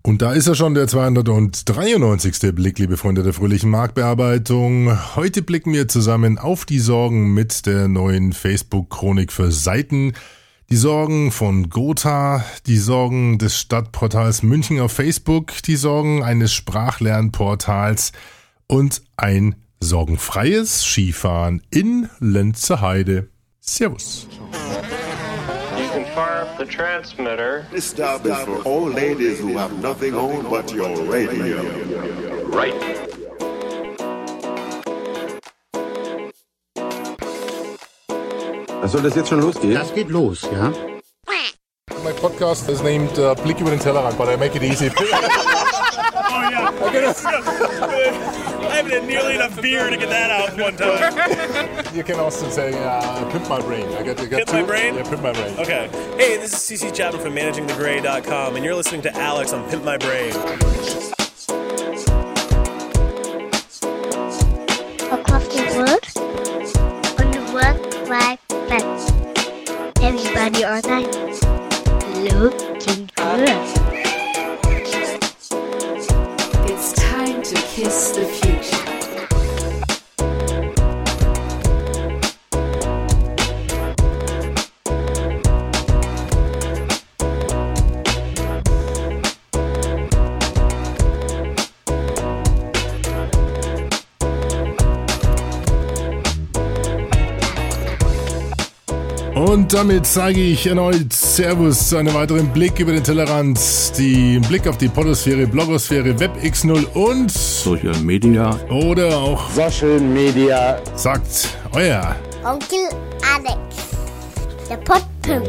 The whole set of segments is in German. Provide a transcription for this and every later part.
Und da ist er schon, der 293. Blick, liebe Freunde der fröhlichen Marktbearbeitung. Heute blicken wir zusammen auf die Sorgen mit der neuen Facebook-Chronik für Seiten. Die Sorgen von Gotha, die Sorgen des Stadtportals München auf Facebook, die Sorgen eines Sprachlernportals und ein sorgenfreies Skifahren in Lenzerheide. Servus. Fire up the transmitter. This stop is for old ladies who have nothing on but your radio. Right. Soll das jetzt schon losgehen? Das geht los, ja. My podcast is named Blick über den Tellerrand, but I make it easy. Oh yeah. I haven't had nearly enough beer to get that out one time. You can also say Pimp My Brain. Pimp My Brain? Yeah, Pimp My Brain. Okay. Hey, this is CC Chapman from ManagingTheGray.com, and you're listening to Alex on Pimp My Brain. Across the world, on the World Wide Web, everybody online looking good. It's time to kiss the future. Und damit zeige ich erneut Servus zu einem weiteren Blick über den Tellerrand, den Blick auf die Podosphäre, Blogosphäre, WebX0 und Social Media oder auch Social Media. sagt euer Onkel Alex, der Podpimp.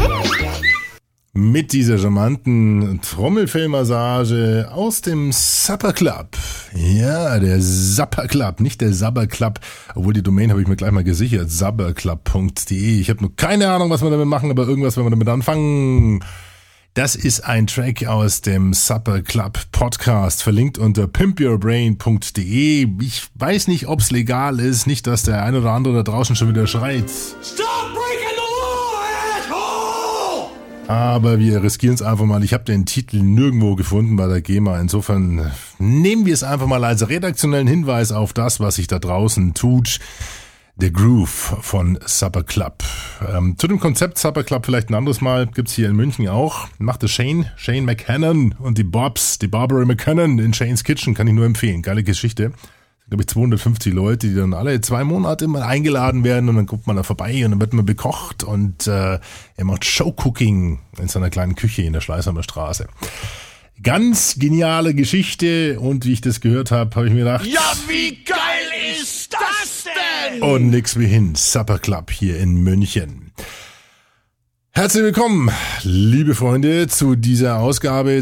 mit dieser charmanten Trommelfellmassage aus dem Supper Club. Ja, der Supper Club, nicht der Sabber Club, obwohl die Domain habe ich mir gleich mal gesichert, sabberclub.de. Ich habe nur keine Ahnung, was wir damit machen, aber irgendwas werden wir damit anfangen. Das ist ein Track aus dem Supper Club Podcast, verlinkt unter pimpyourbrain.de. Ich weiß nicht, ob's legal ist, nicht, dass der ein oder andere da draußen schon wieder schreit. Stop breaking the law, asshole! Aber wir riskieren es einfach mal. Ich habe den Titel nirgendwo gefunden bei der GEMA. Insofern nehmen wir es einfach mal als redaktionellen Hinweis auf das, was sich da draußen tut. Der Groove von Supper Club. Zu dem Konzept Supper Club vielleicht ein anderes Mal. Gibt's hier in München auch. Macht es Shane McKinnon und die Barbara McKinnon in Shane's Kitchen. Kann ich nur empfehlen. Geile Geschichte. Glaube ich 250 Leute, die dann alle 2 Monate mal eingeladen werden und dann kommt man da vorbei und dann wird man bekocht und er macht Showcooking in seiner kleinen Küche in der Schleißheimer Straße. Ganz geniale Geschichte und wie ich das gehört habe, habe ich mir gedacht, Ja, wie geil ist das denn? und nix wie hin, Supper Club hier in München. Herzlich willkommen, liebe Freunde, zu dieser Ausgabe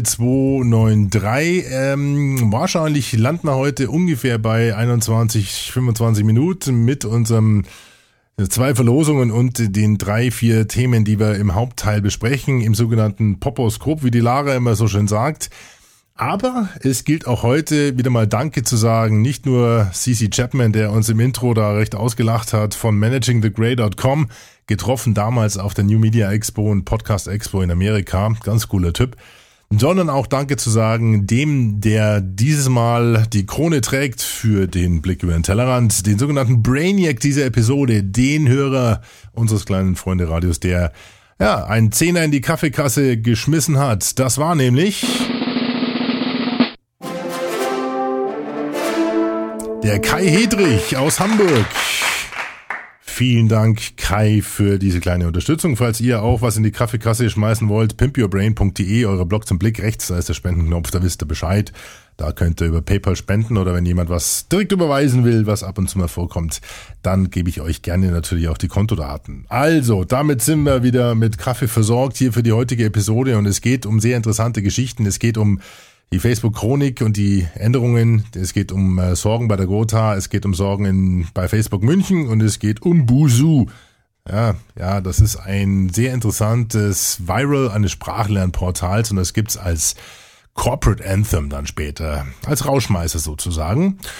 293. Wahrscheinlich landen wir heute ungefähr bei 25 Minuten mit unserem 2 Verlosungen und den 3-4 Themen, die wir im Hauptteil besprechen, im sogenannten Poposkop, wie die Lara immer so schön sagt. Aber es gilt auch heute wieder mal Danke zu sagen, nicht nur CC Chapman, der uns im Intro da recht ausgelacht hat, von ManagingTheGray.com, getroffen damals auf der New Media Expo und Podcast Expo in Amerika, ganz cooler Typ, sondern auch Danke zu sagen dem, der dieses Mal die Krone trägt für den Blick über den Tellerrand, den sogenannten Brainiac dieser Episode, den Hörer unseres kleinen Freunde-Radios, der einen Zehner in die Kaffeekasse geschmissen hat. Das war nämlich der Kai Hedrich aus Hamburg. Vielen Dank, Kai, für diese kleine Unterstützung. Falls ihr auch was in die Kaffeekasse schmeißen wollt, pimpyourbrain.de, eure Blog zum Blick rechts, da ist der Spendenknopf, da wisst ihr Bescheid. Da könnt ihr über PayPal spenden oder wenn jemand was direkt überweisen will, was ab und zu mal vorkommt, dann gebe ich euch gerne natürlich auch die Kontodaten. Also, damit sind wir wieder mit Kaffee versorgt hier für die heutige Episode und es geht um sehr interessante Geschichten. Es geht um die Facebook-Chronik und die Änderungen. Es geht um Sorgen bei der Gotha, es geht um Sorgen bei Facebook München und es geht um Busuu. Ja, das ist ein sehr interessantes Viral eines Sprachlernportals und das gibt's als Corporate Anthem dann später, als Rauschmeißer sozusagen.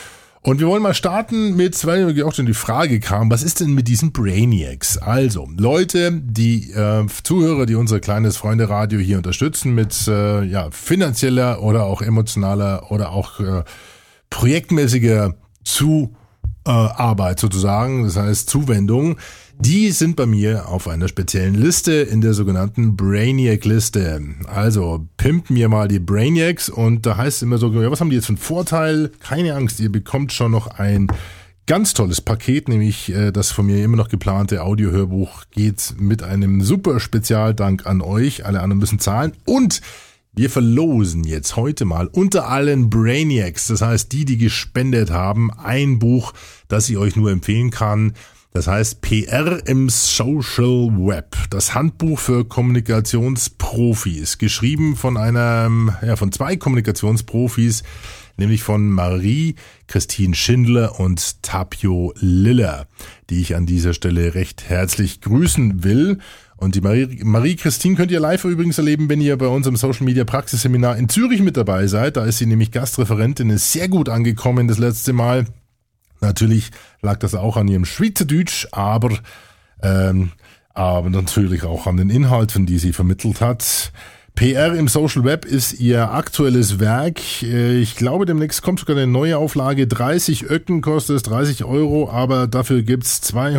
Und wir wollen mal starten mit, weil auch schon die Frage kam, was ist denn mit diesen Brainiacs? Also, Leute, die Zuhörer, die unser kleines Freunde-Radio hier unterstützen mit finanzieller oder auch emotionaler oder auch projektmäßiger Arbeit sozusagen, das heißt Zuwendung, die sind bei mir auf einer speziellen Liste in der sogenannten Brainiac-Liste. Also pimpt mir mal die Brainiacs und da heißt es immer so, ja, was haben die jetzt für einen Vorteil? Keine Angst, ihr bekommt schon noch ein ganz tolles Paket, nämlich das von mir immer noch geplante Audiohörbuch geht mit einem super Spezialdank an euch. Alle anderen müssen zahlen und wir verlosen jetzt heute mal unter allen Brainiacs, das heißt die gespendet haben, ein Buch, das ich euch nur empfehlen kann. Das heißt PR im Social Web, das Handbuch für Kommunikationsprofis, geschrieben von von zwei Kommunikationsprofis, nämlich von Marie-Christine Schindler und Tapio Liller, die ich an dieser Stelle recht herzlich grüßen will. Und die Marie-Christine könnt ihr live übrigens erleben, wenn ihr bei unserem Social Media Praxisseminar in Zürich mit dabei seid. Da ist sie nämlich Gastreferentin, ist sehr gut angekommen das letzte Mal. Natürlich lag das auch an ihrem Schweizerdeutsch, aber natürlich auch an den Inhalten, die sie vermittelt hat. PR im Social Web ist ihr aktuelles Werk. Ich glaube, demnächst kommt sogar eine neue Auflage. 30 Öcken kostet es, 30 €, aber dafür gibt's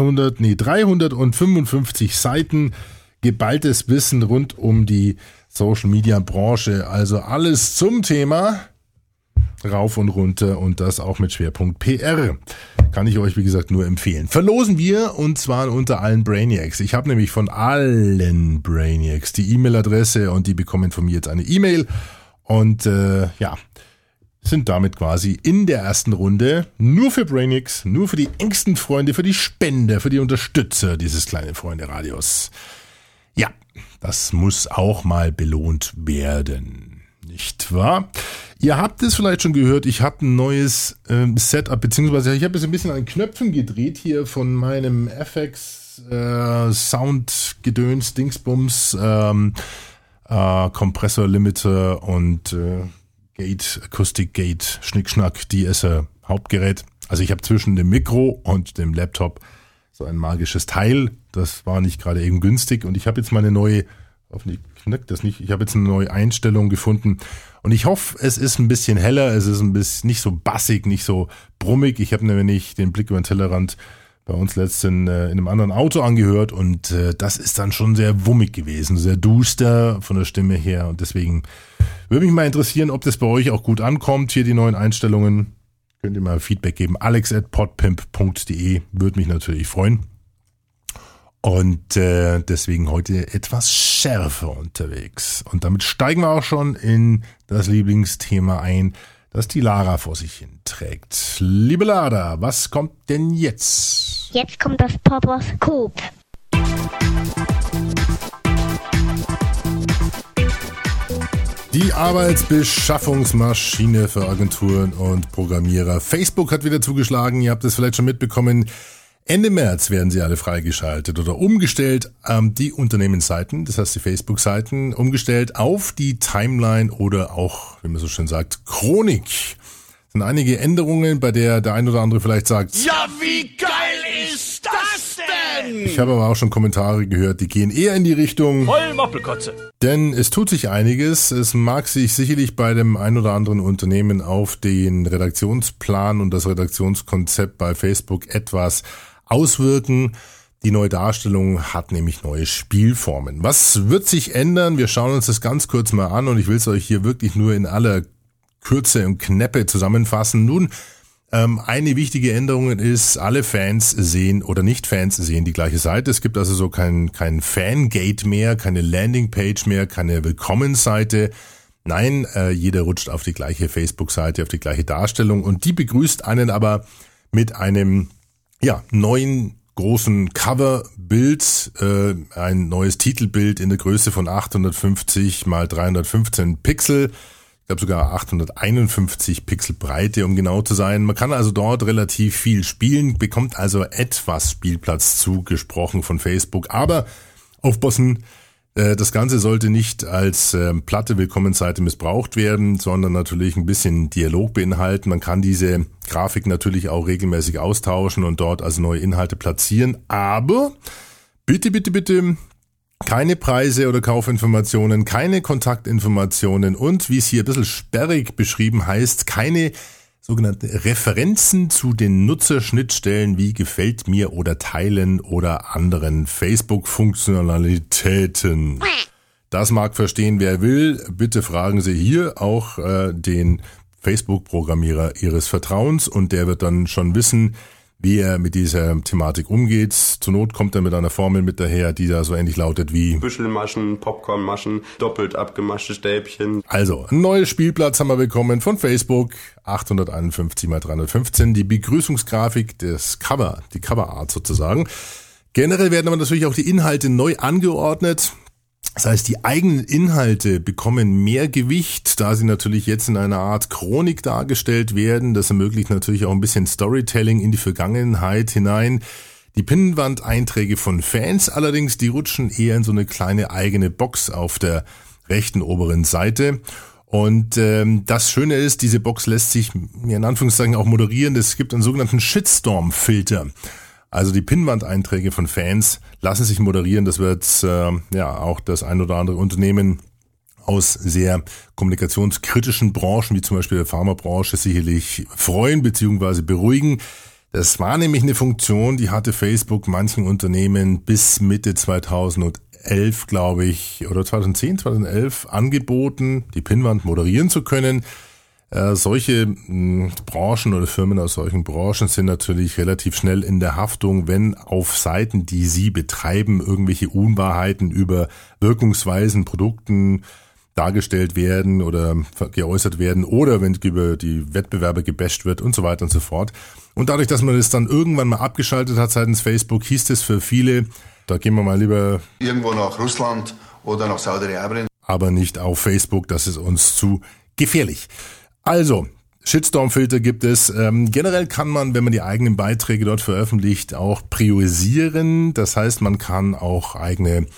355 Seiten geballtes Wissen rund um die Social Media Branche. Also alles zum Thema rauf und runter und das auch mit Schwerpunkt PR. Kann ich euch, wie gesagt, nur empfehlen. Verlosen wir und zwar unter allen Brainiacs. Ich habe nämlich von allen Brainiacs die E-Mail-Adresse und die bekommen von mir jetzt eine E-Mail und sind damit quasi in der ersten Runde nur für Brainiacs, nur für die engsten Freunde, für die Spender, für die Unterstützer dieses kleinen Freunde-Radios. Ja, das muss auch mal belohnt werden. Nicht wahr? Ihr habt es vielleicht schon gehört, ich habe ein neues Setup, beziehungsweise ich habe es ein bisschen an Knöpfen gedreht hier von meinem FX Sound-Gedöns, Dingsbums, Kompressor, Limiter und Gate, Acoustic Gate, Schnickschnack, DSer Hauptgerät. Also ich habe zwischen dem Mikro und dem Laptop so ein magisches Teil, das war nicht gerade eben günstig und ich habe jetzt meine neue, hoffentlich knackt das nicht, ich habe jetzt eine neue Einstellung gefunden und ich hoffe, es ist ein bisschen heller, es ist ein bisschen nicht so bassig, nicht so brummig. Ich habe nämlich den Blick über den Tellerrand bei uns letztens in einem anderen Auto angehört und das ist dann schon sehr wummig gewesen, sehr duster von der Stimme her und deswegen würde mich mal interessieren, ob das bei euch auch gut ankommt, hier die neuen Einstellungen. Könnt ihr mal Feedback geben, alex@podpimp.de, würde mich natürlich freuen. Und deswegen heute etwas schärfer unterwegs. Und damit steigen wir auch schon in das Lieblingsthema ein, das die Lara vor sich hin trägt. Liebe Lara, was kommt denn jetzt? Jetzt kommt das Poposkop. Die Arbeitsbeschaffungsmaschine für Agenturen und Programmierer. Facebook hat wieder zugeschlagen, ihr habt es vielleicht schon mitbekommen. Ende März werden sie alle freigeschaltet oder umgestellt, die Unternehmensseiten, das heißt die Facebook-Seiten, umgestellt auf die Timeline oder auch, wie man so schön sagt, Chronik. Das sind einige Änderungen, bei der ein oder andere vielleicht sagt, ja, wie geil ist das denn? Ich habe aber auch schon Kommentare gehört, die gehen eher in die Richtung Voll Moppelkotze. Denn es tut sich einiges. Es mag sich sicherlich bei dem ein oder anderen Unternehmen auf den Redaktionsplan und das Redaktionskonzept bei Facebook etwas auswirken. Die neue Darstellung hat nämlich neue Spielformen. Was wird sich ändern? Wir schauen uns das ganz kurz mal an und ich will es euch hier wirklich nur in aller Kürze und Knäppe zusammenfassen. Nun, eine wichtige Änderung ist, alle Fans sehen oder Nicht-Fans sehen die gleiche Seite. Es gibt also so kein Fangate mehr, keine Landingpage mehr, keine Willkommensseite. Nein, jeder rutscht auf die gleiche Facebook-Seite, auf die gleiche Darstellung und die begrüßt einen aber mit einem neuen großen Coverbild, ein neues Titelbild in der Größe von 850 mal 315 Pixel. Ich glaube sogar 851 Pixel Breite, um genau zu sein. Man kann also dort relativ viel spielen, bekommt also etwas Spielplatz zugesprochen von Facebook. Aber aufpassen, Das Ganze sollte nicht als platte Willkommensseite missbraucht werden, sondern natürlich ein bisschen Dialog beinhalten. Man kann diese Grafik natürlich auch regelmäßig austauschen und dort also neue Inhalte platzieren. Aber bitte, bitte, bitte keine Preise oder Kaufinformationen, keine Kontaktinformationen und, wie es hier ein bisschen sperrig beschrieben heißt, keine sogenannte Referenzen zu den Nutzerschnittstellen wie gefällt mir oder teilen oder anderen Facebook-Funktionalitäten. Das mag verstehen, wer will. Bitte fragen Sie hier auch den Facebook-Programmierer Ihres Vertrauens und der wird dann schon wissen, wie er mit dieser Thematik umgeht. Zur Not kommt er mit einer Formel mit daher, die da so ähnlich lautet wie Büschelmaschen, Popcornmaschen, doppelt abgemaschte Stäbchen. Also, ein neues Spielplatz haben wir bekommen von Facebook, 851x315, die Begrüßungsgrafik, das Cover, die Coverart sozusagen. Generell werden aber natürlich auch die Inhalte neu angeordnet. Das heißt, die eigenen Inhalte bekommen mehr Gewicht, da sie natürlich jetzt in einer Art Chronik dargestellt werden. Das ermöglicht natürlich auch ein bisschen Storytelling in die Vergangenheit hinein. Die Pinnwand-Einträge von Fans allerdings, die rutschen eher in so eine kleine eigene Box auf der rechten oberen Seite. Und das Schöne ist, diese Box lässt sich in Anführungszeichen auch moderieren. Es gibt einen sogenannten Shitstorm-Filter. Also die Pinnwand-Einträge von Fans lassen sich moderieren. Das wird auch das ein oder andere Unternehmen aus sehr kommunikationskritischen Branchen, wie zum Beispiel der Pharmabranche, sicherlich freuen bzw. beruhigen. Das war nämlich eine Funktion, die hatte Facebook manchen Unternehmen bis Mitte 2011, glaube ich, oder 2011 angeboten, die Pinnwand moderieren zu können. Solche Branchen oder Firmen aus solchen Branchen sind natürlich relativ schnell in der Haftung, wenn auf Seiten, die sie betreiben, irgendwelche Unwahrheiten über Wirkungsweisen, Produkten dargestellt werden oder geäußert werden oder wenn über die Wettbewerber gebasht wird und so weiter und so fort. Und dadurch, dass man es dann irgendwann mal abgeschaltet hat seitens Facebook, hieß es für viele, da gehen wir mal lieber irgendwo nach Russland oder nach Saudi-Arabien. Aber nicht auf Facebook, das ist uns zu gefährlich. Also, Shitstorm-Filter gibt es. Generell kann man, wenn man die eigenen Beiträge dort veröffentlicht, auch priorisieren. Das heißt, man kann auch eigene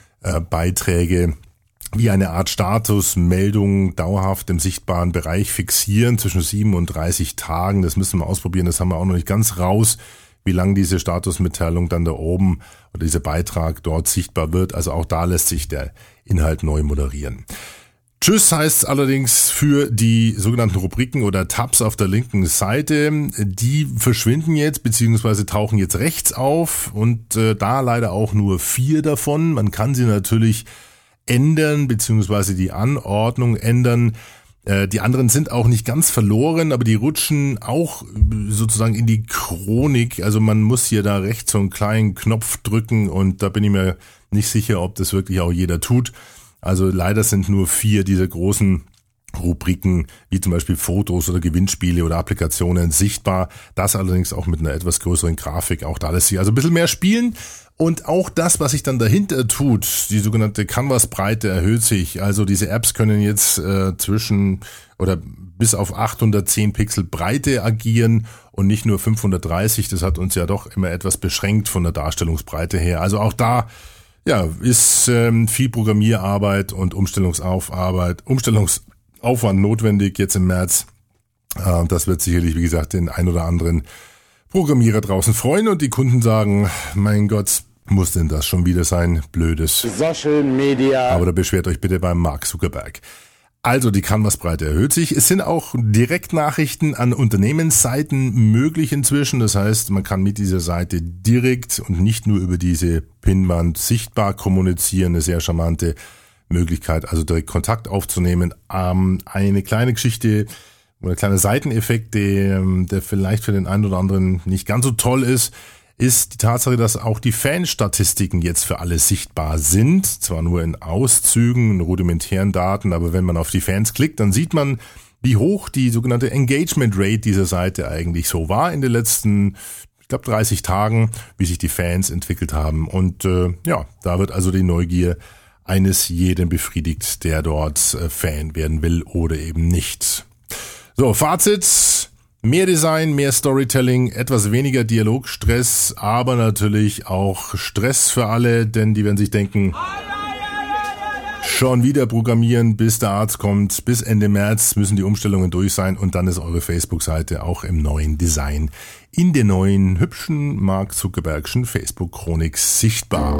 Beiträge wie eine Art Statusmeldung dauerhaft im sichtbaren Bereich fixieren, zwischen 7 und 30 Tagen. Das müssen wir ausprobieren, das haben wir auch noch nicht ganz raus, wie lange diese Statusmitteilung dann da oben oder dieser Beitrag dort sichtbar wird. Also auch da lässt sich der Inhalt neu moderieren. Tschüss heißt allerdings für die sogenannten Rubriken oder Tabs auf der linken Seite. Die verschwinden jetzt bzw. tauchen jetzt rechts auf und da leider auch nur 4 davon. Man kann sie natürlich ändern bzw. die Anordnung ändern. Die anderen sind auch nicht ganz verloren, aber die rutschen auch sozusagen in die Chronik. Also man muss hier da rechts so einen kleinen Knopf drücken und da bin ich mir nicht sicher, ob das wirklich auch jeder tut. Also leider sind nur 4 dieser großen Rubriken, wie zum Beispiel Fotos oder Gewinnspiele oder Applikationen sichtbar. Das allerdings auch mit einer etwas größeren Grafik. Auch da lässt sich also ein bisschen mehr spielen. Und auch das, was sich dann dahinter tut, die sogenannte Canvas-Breite erhöht sich. Also diese Apps können jetzt zwischen oder bis auf 810 Pixel Breite agieren und nicht nur 530. Das hat uns ja doch immer etwas beschränkt von der Darstellungsbreite her. Also auch da ist viel Programmierarbeit und Umstellungsaufwand notwendig jetzt im März. Das wird sicherlich, wie gesagt, den ein oder anderen Programmierer draußen freuen und die Kunden sagen, mein Gott, muss denn das schon wieder sein? Blödes Social Media. Aber da beschwert euch bitte beim Mark Zuckerberg. Also die Canvas-Breite erhöht sich. Es sind auch Direktnachrichten an Unternehmensseiten möglich inzwischen. Das heißt, man kann mit dieser Seite direkt und nicht nur über diese Pinnwand sichtbar kommunizieren. Eine sehr charmante Möglichkeit, also direkt Kontakt aufzunehmen. Eine kleine Geschichte oder ein kleiner Seiteneffekt, der vielleicht für den einen oder anderen nicht ganz so toll ist die Tatsache, dass auch die Fanstatistiken jetzt für alle sichtbar sind. Zwar nur in Auszügen, in rudimentären Daten, aber wenn man auf die Fans klickt, dann sieht man, wie hoch die sogenannte Engagement Rate dieser Seite eigentlich so war in den letzten, ich glaube, 30 Tagen, wie sich die Fans entwickelt haben. Und da wird also die Neugier eines jeden befriedigt, der dort Fan werden will oder eben nicht. So, Fazit. Mehr Design, mehr Storytelling, etwas weniger Dialogstress, aber natürlich auch Stress für alle, denn die werden sich denken, Schon wieder programmieren, bis der Arzt kommt. Bis Ende März müssen die Umstellungen durch sein und dann ist eure Facebook-Seite auch im neuen Design in der neuen, hübschen Mark Zuckerbergschen Facebook-Chronik sichtbar.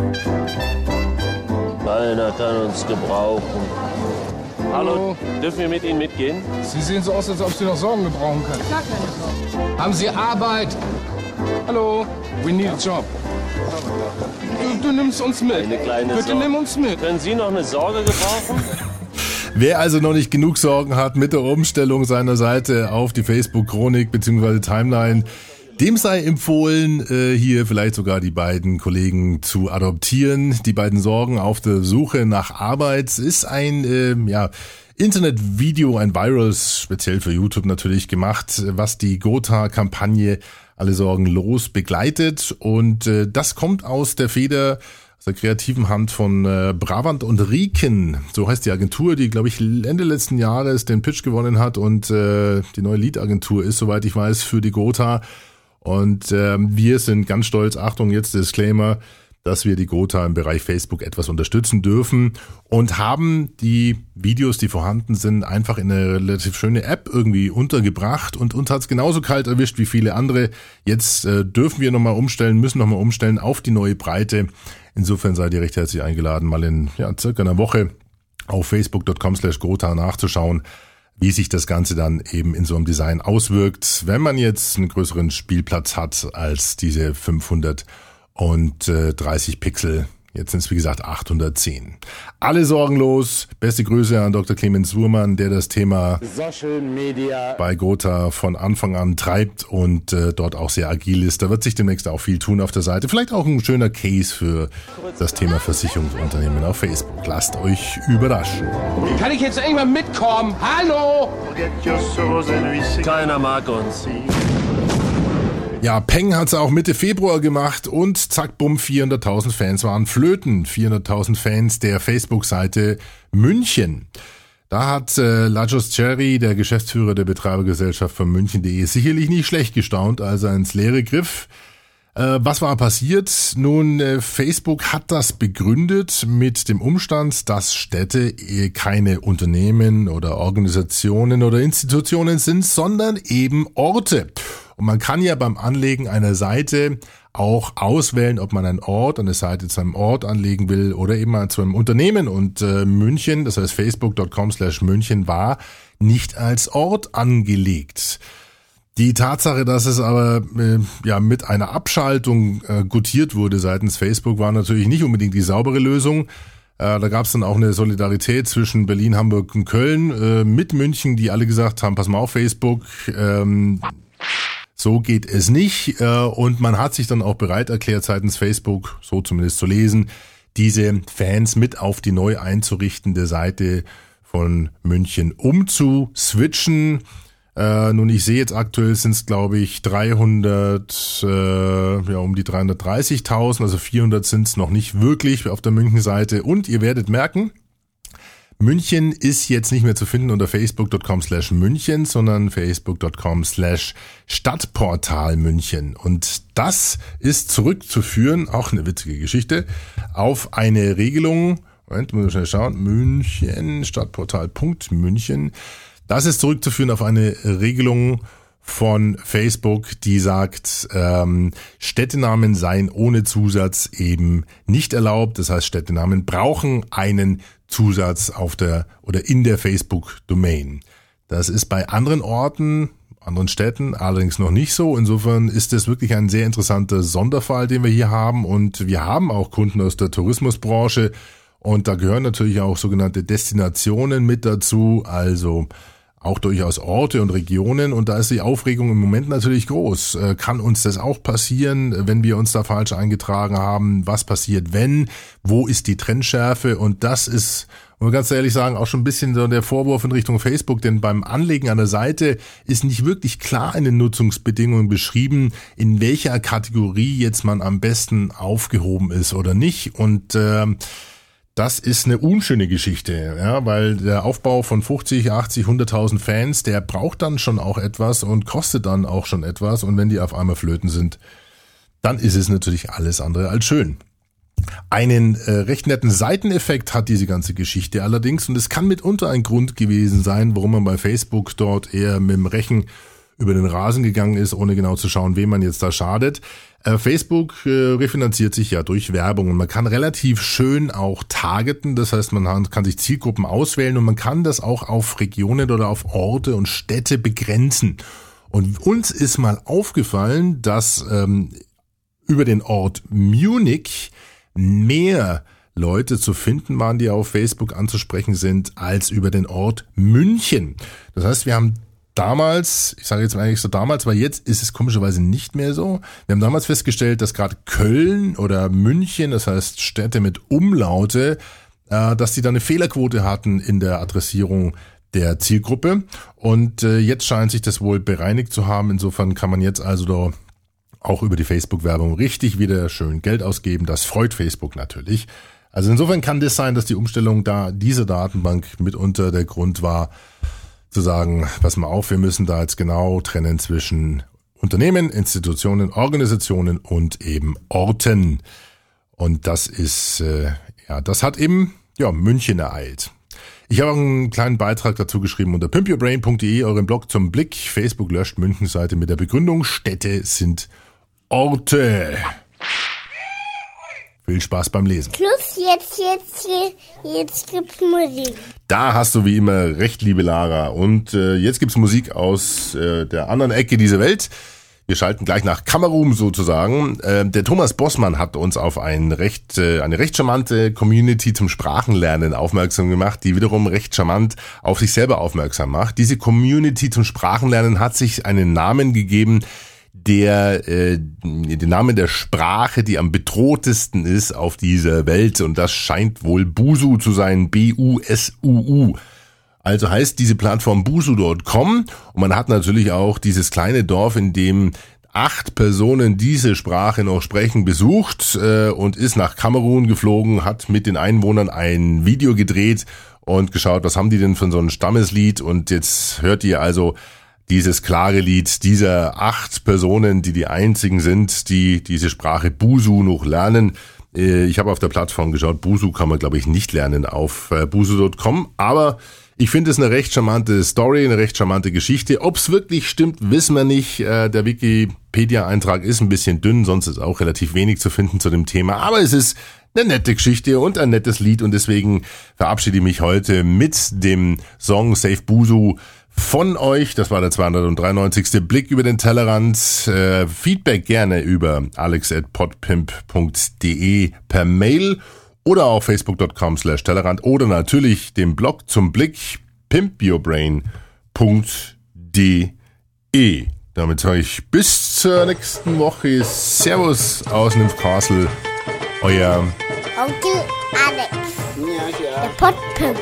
Keiner kann uns gebrauchen. Hallo, dürfen wir mit Ihnen mitgehen? Sie sehen so aus, als ob Sie noch Sorgen gebrauchen können. Gar keine Sorgen. Haben Sie Arbeit? Hallo, we need a job. Du nimmst uns mit. Eine kleine Bitte Sorge. nimm uns mit. Können Sie noch eine Sorge gebrauchen? Wer also noch nicht genug Sorgen hat mit der Umstellung seiner Seite auf die Facebook-Chronik bzw. Timeline, dem sei empfohlen, hier vielleicht sogar die beiden Kollegen zu adoptieren. Die beiden Sorgen auf der Suche nach Arbeit ist ein Internetvideo, ein Viral, speziell für YouTube natürlich gemacht, was die Gotha-Kampagne Alle Sorgen los begleitet. Und das kommt aus der Feder, aus der kreativen Hand von Bravant und Rieken. So heißt die Agentur, die, glaube ich, Ende letzten Jahres den Pitch gewonnen hat und die neue Lead-Agentur ist, soweit ich weiß, für die Gotha. Und wir sind ganz stolz, Achtung, jetzt Disclaimer, dass wir die Gotha im Bereich Facebook etwas unterstützen dürfen und haben die Videos, die vorhanden sind, einfach in eine relativ schöne App irgendwie untergebracht und uns hat's genauso kalt erwischt wie viele andere. Jetzt dürfen wir nochmal umstellen, müssen nochmal umstellen auf die neue Breite. Insofern seid ihr recht herzlich eingeladen, mal in circa einer Woche auf facebook.com/Gotha nachzuschauen, wie sich das Ganze dann eben in so einem Design auswirkt, wenn man jetzt einen größeren Spielplatz hat als diese 530 Pixel. Jetzt sind es, wie gesagt, 810. Alle sorgenlos. Beste Grüße an Dr. Clemens Wurmann, der das Thema Social Media bei Gotha von Anfang an treibt und dort auch sehr agil ist. Da wird sich demnächst auch viel tun auf der Seite. Vielleicht auch ein schöner Case für das Thema Versicherungsunternehmen auf Facebook. Lasst euch überraschen. Kann ich jetzt irgendwann mitkommen? Hallo! Keiner mag uns. Ja, Peng hat's auch Mitte Februar gemacht und zack, bumm, 400.000 Fans waren flöten. 400.000 Fans der Facebook-Seite München. Da hat Lajos Cherry, der Geschäftsführer der Betreibergesellschaft von München.de, sicherlich nicht schlecht gestaunt, als er ins Leere griff. Was war passiert? Nun, Facebook hat das begründet mit dem Umstand, dass Städte keine Unternehmen oder Organisationen oder Institutionen sind, sondern eben Orte. Und man kann ja beim Anlegen einer Seite auch auswählen, ob man eine Seite zu einem Ort anlegen will oder eben mal zu einem Unternehmen. Und München, das heißt facebook.com/München, war nicht als Ort angelegt. Die Tatsache, dass es aber mit einer Abschaltung gutiert wurde seitens Facebook, war natürlich nicht unbedingt die saubere Lösung. Da gab es dann auch eine Solidarität zwischen Berlin, Hamburg und Köln mit München, die alle gesagt haben, pass mal auf Facebook, so geht es nicht. Und man hat sich dann auch bereit erklärt seitens Facebook, so zumindest zu lesen, diese Fans mit auf die neu einzurichtende Seite von München umzuswitchen. Nun, ich sehe jetzt aktuell sind es, glaube ich, 300, um die 330.000, also 400 sind es noch nicht wirklich auf der München-Seite. Und ihr werdet merken, München ist jetzt nicht mehr zu finden unter facebook.com/München, sondern facebook.com/Stadtportal München. Und das ist zurückzuführen, auch eine witzige Geschichte, auf eine Regelung, Moment, muss ich schnell schauen, München, Stadtportal.München. Das ist zurückzuführen auf eine Regelung von Facebook, die sagt, Städtenamen seien ohne Zusatz eben nicht erlaubt. Das heißt, Städtenamen brauchen einen Zusatz auf der oder in der Facebook-Domain. Das ist bei anderen Orten, anderen Städten allerdings noch nicht so. Insofern ist es wirklich ein sehr interessanter Sonderfall, den wir hier haben. Und wir haben auch Kunden aus der Tourismusbranche. Und da gehören natürlich auch sogenannte Destinationen mit dazu, also auch durchaus Orte und Regionen. Und da ist die Aufregung im Moment natürlich groß. Kann uns das auch passieren, wenn wir uns da falsch eingetragen haben? Was passiert, wenn? Wo ist die Trennschärfe? Und das ist, muss man ganz ehrlich sagen, auch schon ein bisschen so der Vorwurf in Richtung Facebook. Denn beim Anlegen einer Seite ist nicht wirklich klar in den Nutzungsbedingungen beschrieben, in welcher Kategorie jetzt man am besten aufgehoben ist oder nicht. Und das ist eine unschöne Geschichte, ja, weil der Aufbau von 50, 80, 100.000 Fans, der braucht dann schon auch etwas und kostet dann auch schon etwas. Und wenn die auf einmal flöten sind, dann ist es natürlich alles andere als schön. Einen recht netten Seiteneffekt hat diese ganze Geschichte allerdings, und es kann mitunter ein Grund gewesen sein, warum man bei Facebook dort eher mit dem Rechen über den Rasen gegangen ist, ohne genau zu schauen, wem man jetzt da schadet. Facebook refinanziert sich ja durch Werbung und man kann relativ schön auch targeten, das heißt, man kann sich Zielgruppen auswählen und man kann das auch auf Regionen oder auf Orte und Städte begrenzen. Und uns ist mal aufgefallen, dass über den Ort Munich mehr Leute zu finden waren, die auf Facebook anzusprechen sind, als über den Ort München. Das heißt, wir haben damals, ich sage jetzt eigentlich so damals, weil jetzt ist es komischerweise nicht mehr so. Wir haben damals festgestellt, dass gerade Köln oder München, das heißt Städte mit Umlaute, dass die da eine Fehlerquote hatten in der Adressierung der Zielgruppe. Und jetzt scheint sich das wohl bereinigt zu haben. Insofern kann man jetzt also da auch über die Facebook-Werbung richtig wieder schön Geld ausgeben. Das freut Facebook natürlich. Also insofern kann das sein, dass die Umstellung da dieser Datenbank mitunter der Grund war, zu sagen, pass mal auf, wir müssen da jetzt genau trennen zwischen Unternehmen, Institutionen, Organisationen und eben Orten. Und das ist, das hat eben, München ereilt. Ich habe auch einen kleinen Beitrag dazu geschrieben unter pimpyourbrain.de, eurem Blog zum Blick. Facebook löscht München-Seite mit der Begründung, Städte sind Orte. Viel Spaß beim Lesen. Plus, jetzt gibt's Musik. Da hast du wie immer recht, liebe Lara. Und jetzt gibt's Musik aus der anderen Ecke dieser Welt. Wir schalten gleich nach Kamerun sozusagen. Der Thomas Bossmann hat uns auf eine recht charmante Community zum Sprachenlernen aufmerksam gemacht, die wiederum recht charmant auf sich selber aufmerksam macht. Diese Community zum Sprachenlernen hat sich einen Namen gegeben, den Namen der Sprache, die am bedrohtesten ist auf dieser Welt, und das scheint wohl Busuu zu sein, B-U-S-U-U. Also heißt diese Plattform busuu.com, und man hat natürlich auch dieses kleine Dorf, in dem 8 Personen diese Sprache noch sprechen, besucht und ist nach Kamerun geflogen, hat mit den Einwohnern ein Video gedreht und geschaut, was haben die denn für so ein Stammeslied, und jetzt hört ihr also dieses klare Lied dieser 8 Personen, die einzigen sind, die diese Sprache Busuu noch lernen. Ich habe auf der Plattform geschaut, Busuu kann man, glaube ich, nicht lernen auf busuu.com, aber ich finde es eine recht charmante Story, eine recht charmante Geschichte. Ob es wirklich stimmt, wissen wir nicht. Der Wikipedia-Eintrag ist ein bisschen dünn, sonst ist auch relativ wenig zu finden zu dem Thema, aber es ist eine nette Geschichte und ein nettes Lied, und deswegen verabschiede ich mich heute mit dem Song Save Busuu von euch. Das war der 293. Blick über den Tellerrand. Feedback gerne über alex@podpimp.de per Mail oder auf facebook.com/Tellerrand oder natürlich dem Blog zum Blick pimpyourbrain.de. Damit sage ich bis zur nächsten Woche. Servus aus Nymphcastle. Euer Onkel Alex. Der Podpimp.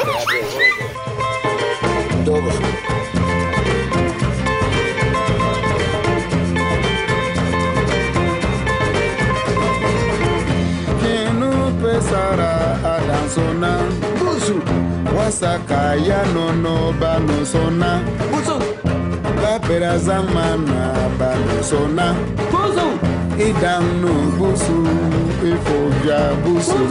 Sara Adansona Busu Wasaka Yanono Banosona Busu La Perazamana Banosona Busu Idanu Busu Ifobia Busu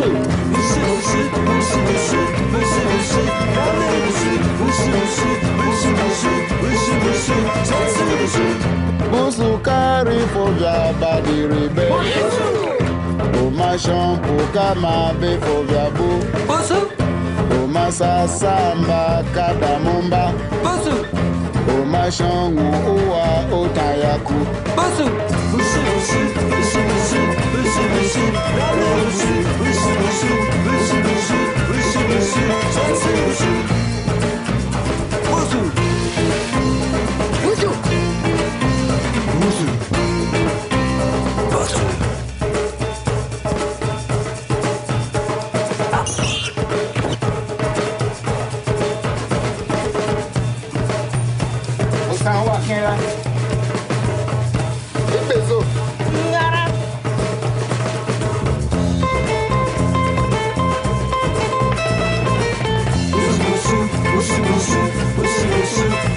Busu Kari Fobia Badi Rebe O machan pour kama be foviabu Bosu O masasamba kadamomba Bosu O machan uwa otayaku Bosu Busu busu busu busu busu busu busu busu busu busu busu busu busu busu busu Busu Busu Busu Busu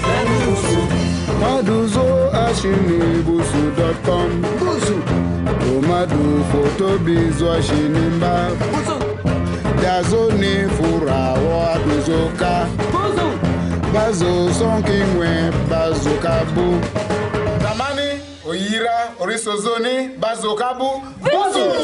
Busu.com Busu Omadu foto bizwa shinimba Dazone fura wa dozoka Bazo sonkingwe bazo kabu Damani oyira orisozoni bazo kabu Buzu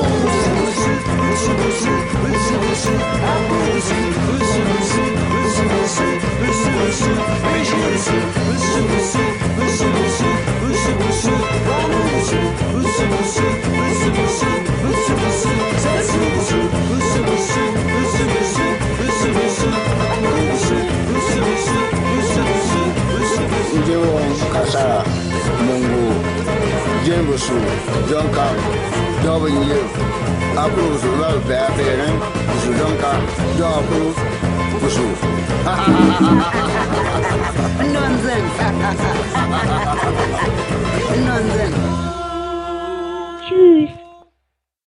Njewo kasara mungu jengosu jonka dobenye apro so la bere so jonka do apro so